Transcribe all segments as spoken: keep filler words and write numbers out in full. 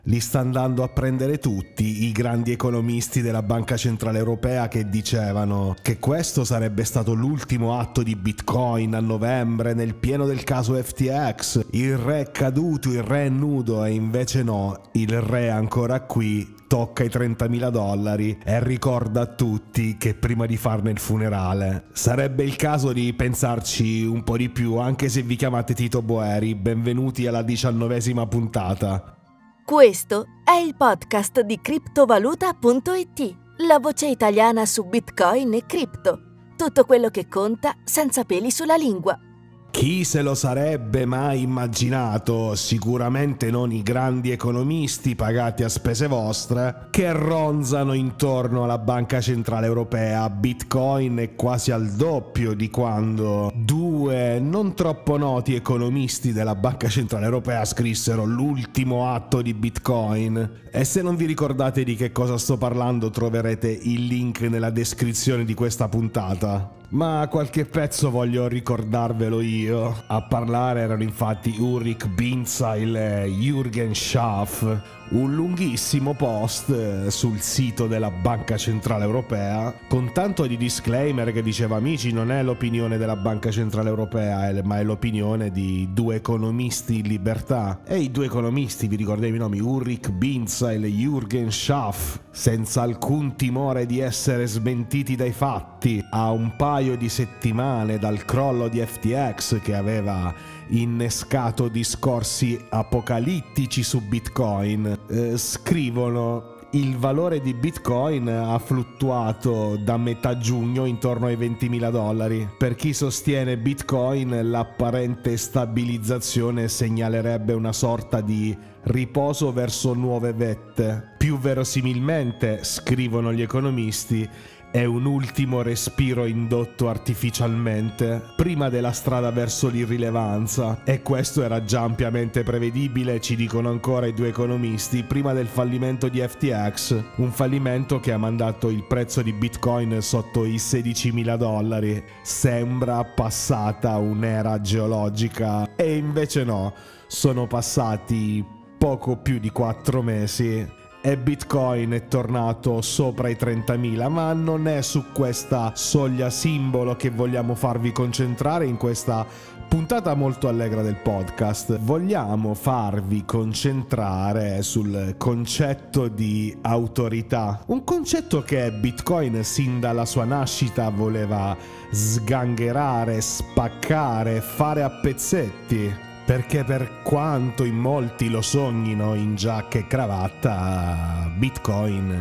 Li sta andando a prendere tutti i grandi economisti della Banca Centrale Europea che dicevano che questo sarebbe stato l'ultimo atto di Bitcoin a novembre nel pieno del caso F T X. Il re è caduto, il re è nudo, e invece no, il re è ancora qui, tocca i trentamila dollari e ricorda a tutti che prima di farne il funerale sarebbe il caso di pensarci un po' di più, anche se vi chiamate Tito Boeri. Benvenuti alla diciannovesima puntata. Questo è il podcast di criptovaluta punto it, la voce italiana su Bitcoin e cripto. Tutto quello che conta senza peli sulla lingua. Chi se lo sarebbe mai immaginato, sicuramente non i grandi economisti pagati a spese vostre, che ronzano intorno alla Banca Centrale Europea. Bitcoin è quasi al doppio di quando due non troppo noti economisti della Banca Centrale Europea scrissero l'ultimo atto di Bitcoin. E se non vi ricordate di che cosa sto parlando, troverete il link nella descrizione di questa puntata. Ma qualche pezzo voglio ricordarvelo io. A parlare erano infatti Ulrich Binzeil e Jürgen Schaff. Un lunghissimo post sul sito della Banca Centrale Europea con tanto di disclaimer che diceva: amici, non è l'opinione della Banca Centrale Europea, ma è l'opinione di due economisti in libertà. E i due economisti, vi ricordavi i nomi? Ulrich Binzeil e Jürgen Schaff, senza alcun timore di essere smentiti dai fatti, a un paio di settimane dal crollo di F T X che aveva innescato discorsi apocalittici su Bitcoin, eh, scrivono: il valore di Bitcoin ha fluttuato da metà giugno intorno ai ventimila dollari. Per chi sostiene Bitcoin, l'apparente stabilizzazione segnalerebbe una sorta di riposo verso nuove vette. Più verosimilmente, scrivono gli economisti, è un ultimo respiro indotto artificialmente prima della strada verso l'irrilevanza, e questo era già ampiamente prevedibile, ci dicono ancora i due economisti, prima del fallimento di F T X, un fallimento che ha mandato il prezzo di Bitcoin sotto i sedicimila dollari. Sembra passata un'era geologica, e invece no, sono passati poco più di quattro mesi e Bitcoin è tornato sopra i trentamila, ma non è su questa soglia simbolo che vogliamo farvi concentrare in questa puntata molto allegra del podcast. Vogliamo farvi concentrare sul concetto di autorità, un concetto che Bitcoin sin dalla sua nascita voleva sgangherare, spaccare, fare a pezzetti. Perché per quanto in molti lo sognino in giacca e cravatta, Bitcoin...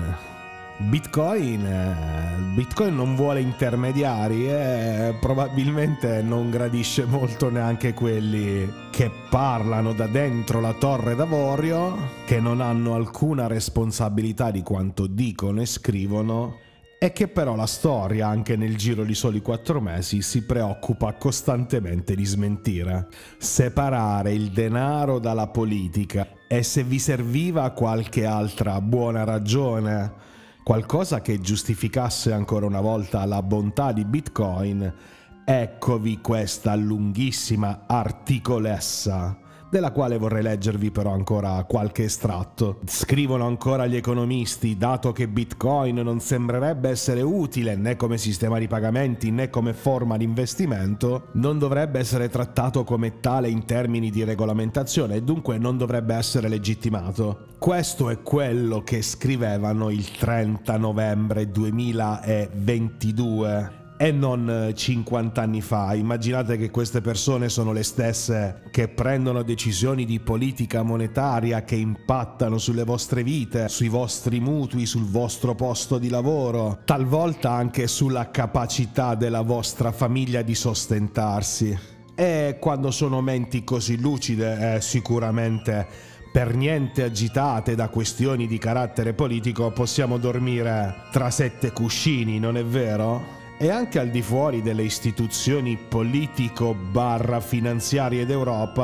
Bitcoin... Bitcoin non vuole intermediari e probabilmente non gradisce molto neanche quelli che parlano da dentro la torre d'avorio, che non hanno alcuna responsabilità di quanto dicono e scrivono, e che però la storia, anche nel giro di soli quattro mesi, si preoccupa costantemente di smentire. Separare il denaro dalla politica. E se vi serviva qualche altra buona ragione, qualcosa che giustificasse ancora una volta la bontà di Bitcoin, eccovi questa lunghissima articolessa, della quale vorrei leggervi però ancora qualche estratto. Scrivono ancora gli economisti: dato che Bitcoin non sembrerebbe essere utile né come sistema di pagamenti né come forma di investimento, non dovrebbe essere trattato come tale in termini di regolamentazione e dunque non dovrebbe essere legittimato. Questo è quello che scrivevano il trenta novembre duemilaventidue. E non cinquanta anni fa. Immaginate che queste persone sono le stesse che prendono decisioni di politica monetaria che impattano sulle vostre vite, sui vostri mutui, sul vostro posto di lavoro, talvolta anche sulla capacità della vostra famiglia di sostentarsi. E quando sono menti così lucide e sicuramente per niente agitate da questioni di carattere politico, possiamo dormire tra sette cuscini, non è vero? E anche al di fuori delle istituzioni politico-finanziarie d'Europa,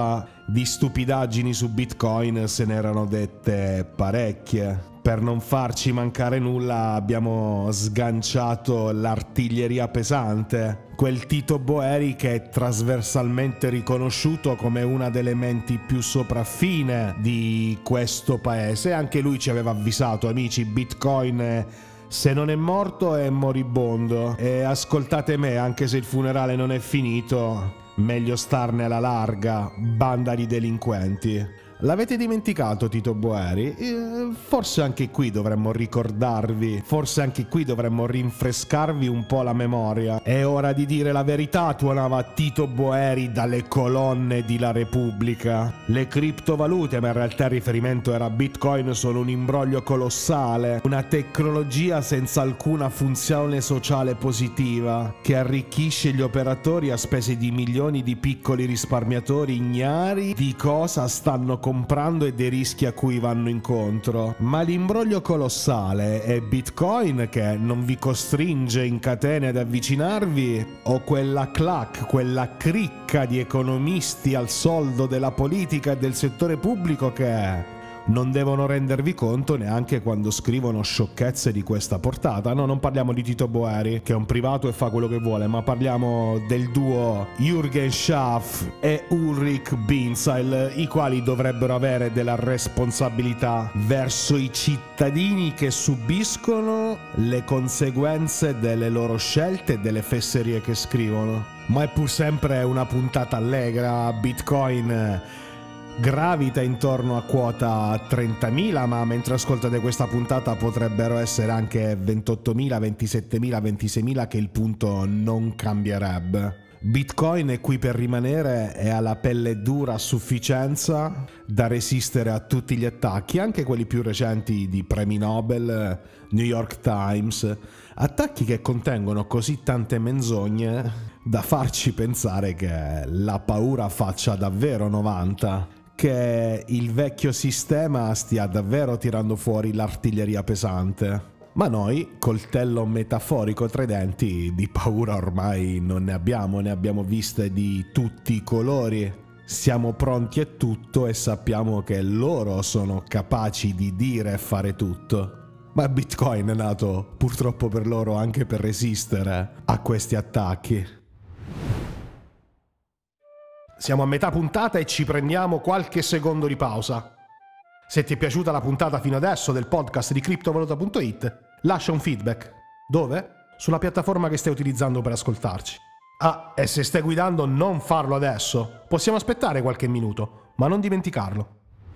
Di stupidaggini su Bitcoin se ne erano dette parecchie. Per non farci mancare nulla abbiamo sganciato l'artiglieria pesante, quel Tito Boeri che è trasversalmente riconosciuto come una delle menti più sopraffine di questo paese. Anche lui ci aveva avvisato: amici, Bitcoin se non è morto è moribondo, e ascoltate me, anche se il funerale non è finito, meglio starne alla larga, banda di delinquenti. L'avete dimenticato Tito Boeri? Eh, forse anche qui dovremmo ricordarvi, forse anche qui dovremmo rinfrescarvi un po' la memoria. È ora di dire la verità, tuonava Tito Boeri dalle colonne di La Repubblica. Le criptovalute, ma in realtà il riferimento era Bitcoin, sono un imbroglio colossale, una tecnologia senza alcuna funzione sociale positiva, che arricchisce gli operatori a spese di milioni di piccoli risparmiatori ignari di cosa stanno comprando e dei rischi a cui vanno incontro. Ma l'imbroglio colossale è Bitcoin che non vi costringe in catene ad avvicinarvi, o quella clac, quella cricca di economisti al soldo della politica e del settore pubblico che non devono rendervi conto neanche quando scrivono sciocchezze di questa portata? No, non parliamo di Tito Boeri, che è un privato e fa quello che vuole, ma parliamo del duo Jürgen Schaff e Ulrich Binzeil, i quali dovrebbero avere della responsabilità verso i cittadini che subiscono le conseguenze delle loro scelte e delle fesserie che scrivono. Ma è pur sempre una puntata allegra. Bitcoin gravita intorno a quota trentamila, ma mentre ascoltate questa puntata potrebbero essere anche ventottomila, ventisettemila, ventiseimila, che il punto non cambierebbe. Bitcoin è qui per rimanere e ha la pelle dura a sufficienza da resistere a tutti gli attacchi, anche quelli più recenti di premi Nobel, New York Times, attacchi che contengono così tante menzogne da farci pensare che la paura faccia davvero novanta, che il vecchio sistema stia davvero tirando fuori l'artiglieria pesante. Ma noi, coltello metaforico tra i denti, di paura ormai non ne abbiamo, ne abbiamo viste di tutti i colori. Siamo pronti a tutto e sappiamo che loro sono capaci di dire e fare tutto. Ma Bitcoin è nato purtroppo per loro anche per resistere a questi attacchi. Siamo a metà puntata e ci prendiamo qualche secondo di pausa. Se ti è piaciuta la puntata fino adesso del podcast di criptovaluta punto it, lascia un feedback. Dove? Sulla piattaforma che stai utilizzando per ascoltarci. Ah, e se stai guidando non farlo adesso. Possiamo aspettare qualche minuto, ma non dimenticarlo.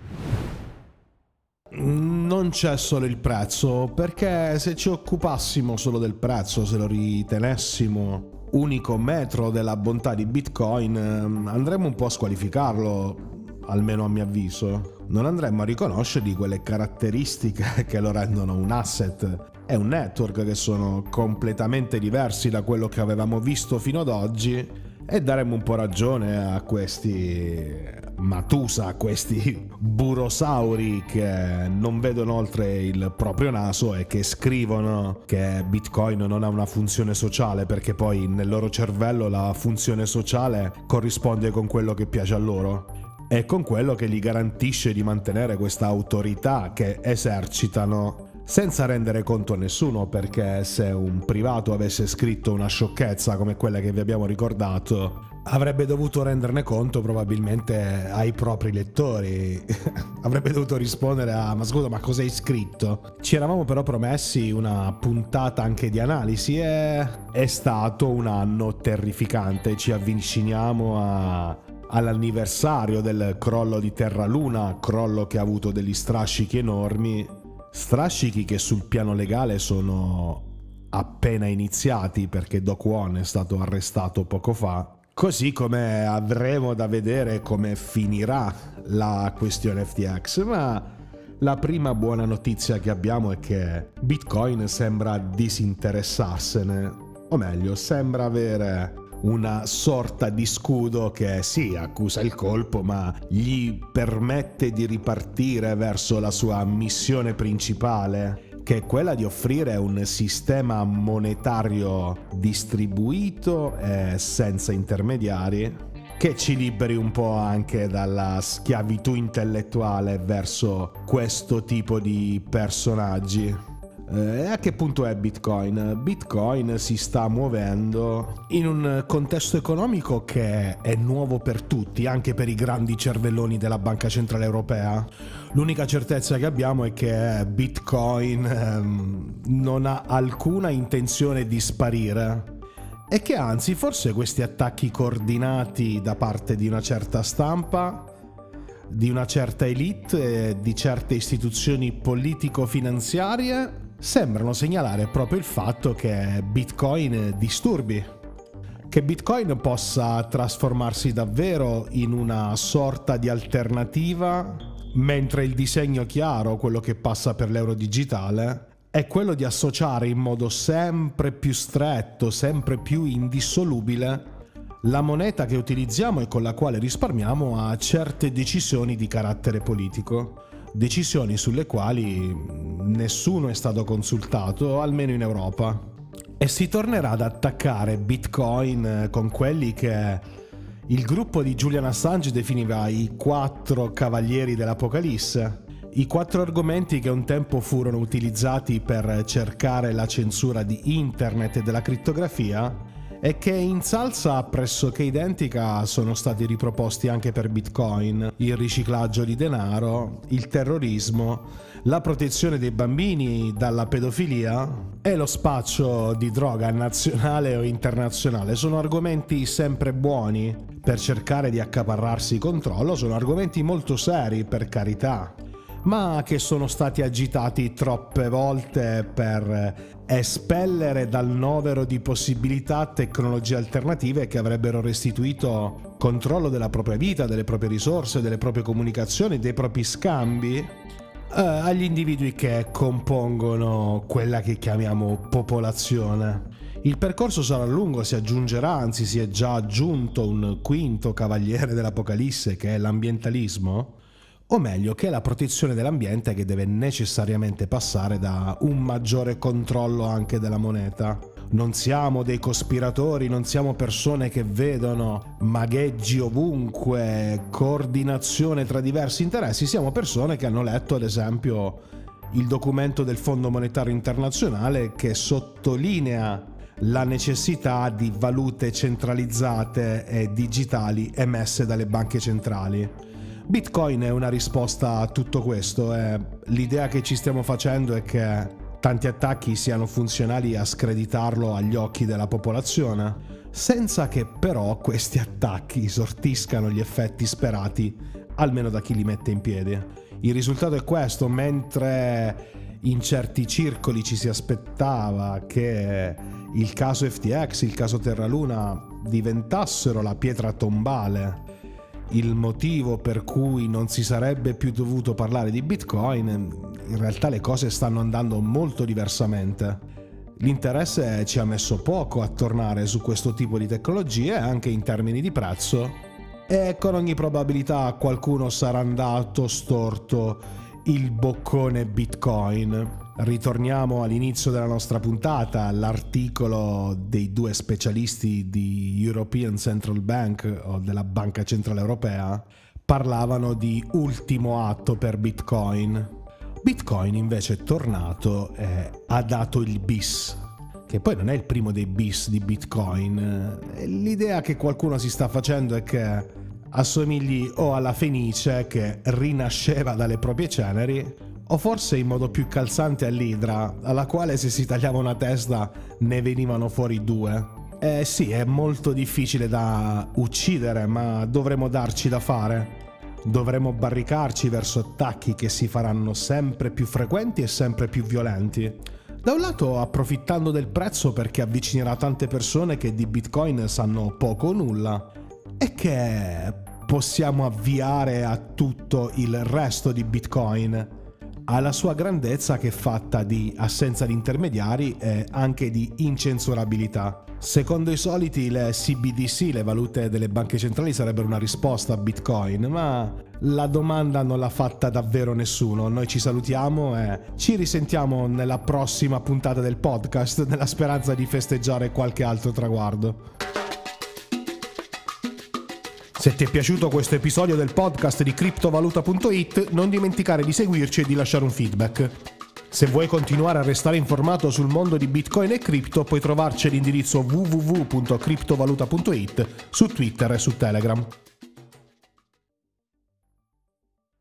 Non c'è solo il prezzo, perché se ci occupassimo solo del prezzo, se lo ritenessimo unico metro della bontà di Bitcoin, andremmo un po' a squalificarlo, almeno a mio avviso. Non andremmo a riconoscergli quelle caratteristiche che lo rendono un asset e un network che sono completamente diversi da quello che avevamo visto fino ad oggi, e daremmo un po' ragione a questi Matusa, a questi burosauri che non vedono oltre il proprio naso e che scrivono che Bitcoin non ha una funzione sociale, perché poi nel loro cervello la funzione sociale corrisponde con quello che piace a loro e con quello che gli garantisce di mantenere questa autorità che esercitano senza rendere conto a nessuno, perché se un privato avesse scritto una sciocchezza come quella che vi abbiamo ricordato, avrebbe dovuto renderne conto probabilmente ai propri lettori. Avrebbe dovuto rispondere a: ma scusa, ma cosa hai scritto? Ci eravamo però promessi una puntata anche di analisi e è stato un anno terrificante. Ci avviciniamo a... all'anniversario del crollo di Terra Luna, crollo che ha avuto degli strascichi enormi. Strascichi che sul piano legale sono appena iniziati, perché Do Kwon è stato arrestato poco fa, così come avremo da vedere come finirà la questione F T X. Ma la prima buona notizia che abbiamo è che Bitcoin sembra disinteressarsene, o meglio, sembra avere una sorta di scudo che sì, accusa il colpo, ma gli permette di ripartire verso la sua missione principale, che è quella di offrire un sistema monetario distribuito e senza intermediari, che ci liberi un po' anche dalla schiavitù intellettuale verso questo tipo di personaggi. E a che punto è Bitcoin? Bitcoin si sta muovendo in un contesto economico che è nuovo per tutti, anche per i grandi cervelloni della Banca Centrale Europea. L'unica certezza che abbiamo è che Bitcoin ehm, non ha alcuna intenzione di sparire e che anzi forse questi attacchi coordinati da parte di una certa stampa, di una certa elite e di certe istituzioni politico-finanziarie sembrano segnalare proprio il fatto che Bitcoin disturbi, che Bitcoin possa trasformarsi davvero in una sorta di alternativa, mentre il disegno chiaro, quello che passa per l'euro digitale, è quello di associare in modo sempre più stretto, sempre più indissolubile, la moneta che utilizziamo e con la quale risparmiamo a certe decisioni di carattere politico. Decisioni sulle quali nessuno è stato consultato, almeno in Europa. E si tornerà ad attaccare Bitcoin con quelli che il gruppo di Julian Assange definiva i quattro cavalieri dell'Apocalisse, i quattro argomenti che un tempo furono utilizzati per cercare la censura di internet e della crittografia e che in salsa pressoché identica sono stati riproposti anche per Bitcoin: il riciclaggio di denaro, il terrorismo, la protezione dei bambini dalla pedofilia e lo spaccio di droga nazionale o internazionale. Sono argomenti sempre buoni per cercare di accaparrarsi controllo, sono argomenti molto seri, per carità, ma che sono stati agitati troppe volte per espellere dal novero di possibilità tecnologie alternative che avrebbero restituito controllo della propria vita, delle proprie risorse, delle proprie comunicazioni, dei propri scambi eh, agli individui che compongono quella che chiamiamo popolazione. Il percorso sarà lungo, si aggiungerà, anzi si è già aggiunto un quinto cavaliere dell'Apocalisse, che è l'ambientalismo, o meglio che è la protezione dell'ambiente, che deve necessariamente passare da un maggiore controllo anche della moneta. Non siamo dei cospiratori, non siamo persone che vedono magheggi ovunque, coordinazione tra diversi interessi, siamo persone che hanno letto ad esempio il documento del Fondo Monetario Internazionale che sottolinea la necessità di valute centralizzate e digitali emesse dalle banche centrali. Bitcoin è una risposta a tutto questo e l'idea che ci stiamo facendo è che tanti attacchi siano funzionali a screditarlo agli occhi della popolazione, senza che però questi attacchi sortiscano gli effetti sperati, almeno da chi li mette in piedi. Il risultato è questo: mentre in certi circoli ci si aspettava che il caso F T X, il caso Terra Luna diventassero la pietra tombale, il motivo per cui non si sarebbe più dovuto parlare di Bitcoin, in realtà le cose stanno andando molto diversamente. L'interesse ci ha messo poco a tornare su questo tipo di tecnologie, anche in termini di prezzo, e con ogni probabilità qualcuno sarà andato storto il boccone Bitcoin. Ritorniamo all'inizio della nostra puntata, all'articolo dei due specialisti di European Central Bank o della Banca Centrale Europea. Parlavano di ultimo atto per Bitcoin. Bitcoin invece è tornato e ha dato il bis, che poi non è il primo dei bis di Bitcoin. L'idea che qualcuno si sta facendo è che assomigli o alla Fenice che rinasceva dalle proprie ceneri, o forse in modo più calzante all'idra, alla quale se si tagliava una testa ne venivano fuori due. Eh sì, è molto difficile da uccidere, ma dovremo darci da fare. Dovremo barricarci verso attacchi che si faranno sempre più frequenti e sempre più violenti. Da un lato approfittando del prezzo, perché avvicinerà tante persone che di Bitcoin sanno poco o nulla e che possiamo avviare a tutto il resto di Bitcoin, alla sua grandezza che è fatta di assenza di intermediari e anche di incensurabilità. Secondo i soliti le C B D C, le valute delle banche centrali, sarebbero una risposta a Bitcoin, ma la domanda non l'ha fatta davvero nessuno. Noi ci salutiamo e ci risentiamo nella prossima puntata del podcast, nella speranza di festeggiare qualche altro traguardo. Se ti è piaciuto questo episodio del podcast di criptovaluta punto it, non dimenticare di seguirci e di lasciare un feedback. Se vuoi continuare a restare informato sul mondo di Bitcoin e cripto, puoi trovarci all'indirizzo w w w punto criptovaluta punto it su Twitter e su Telegram.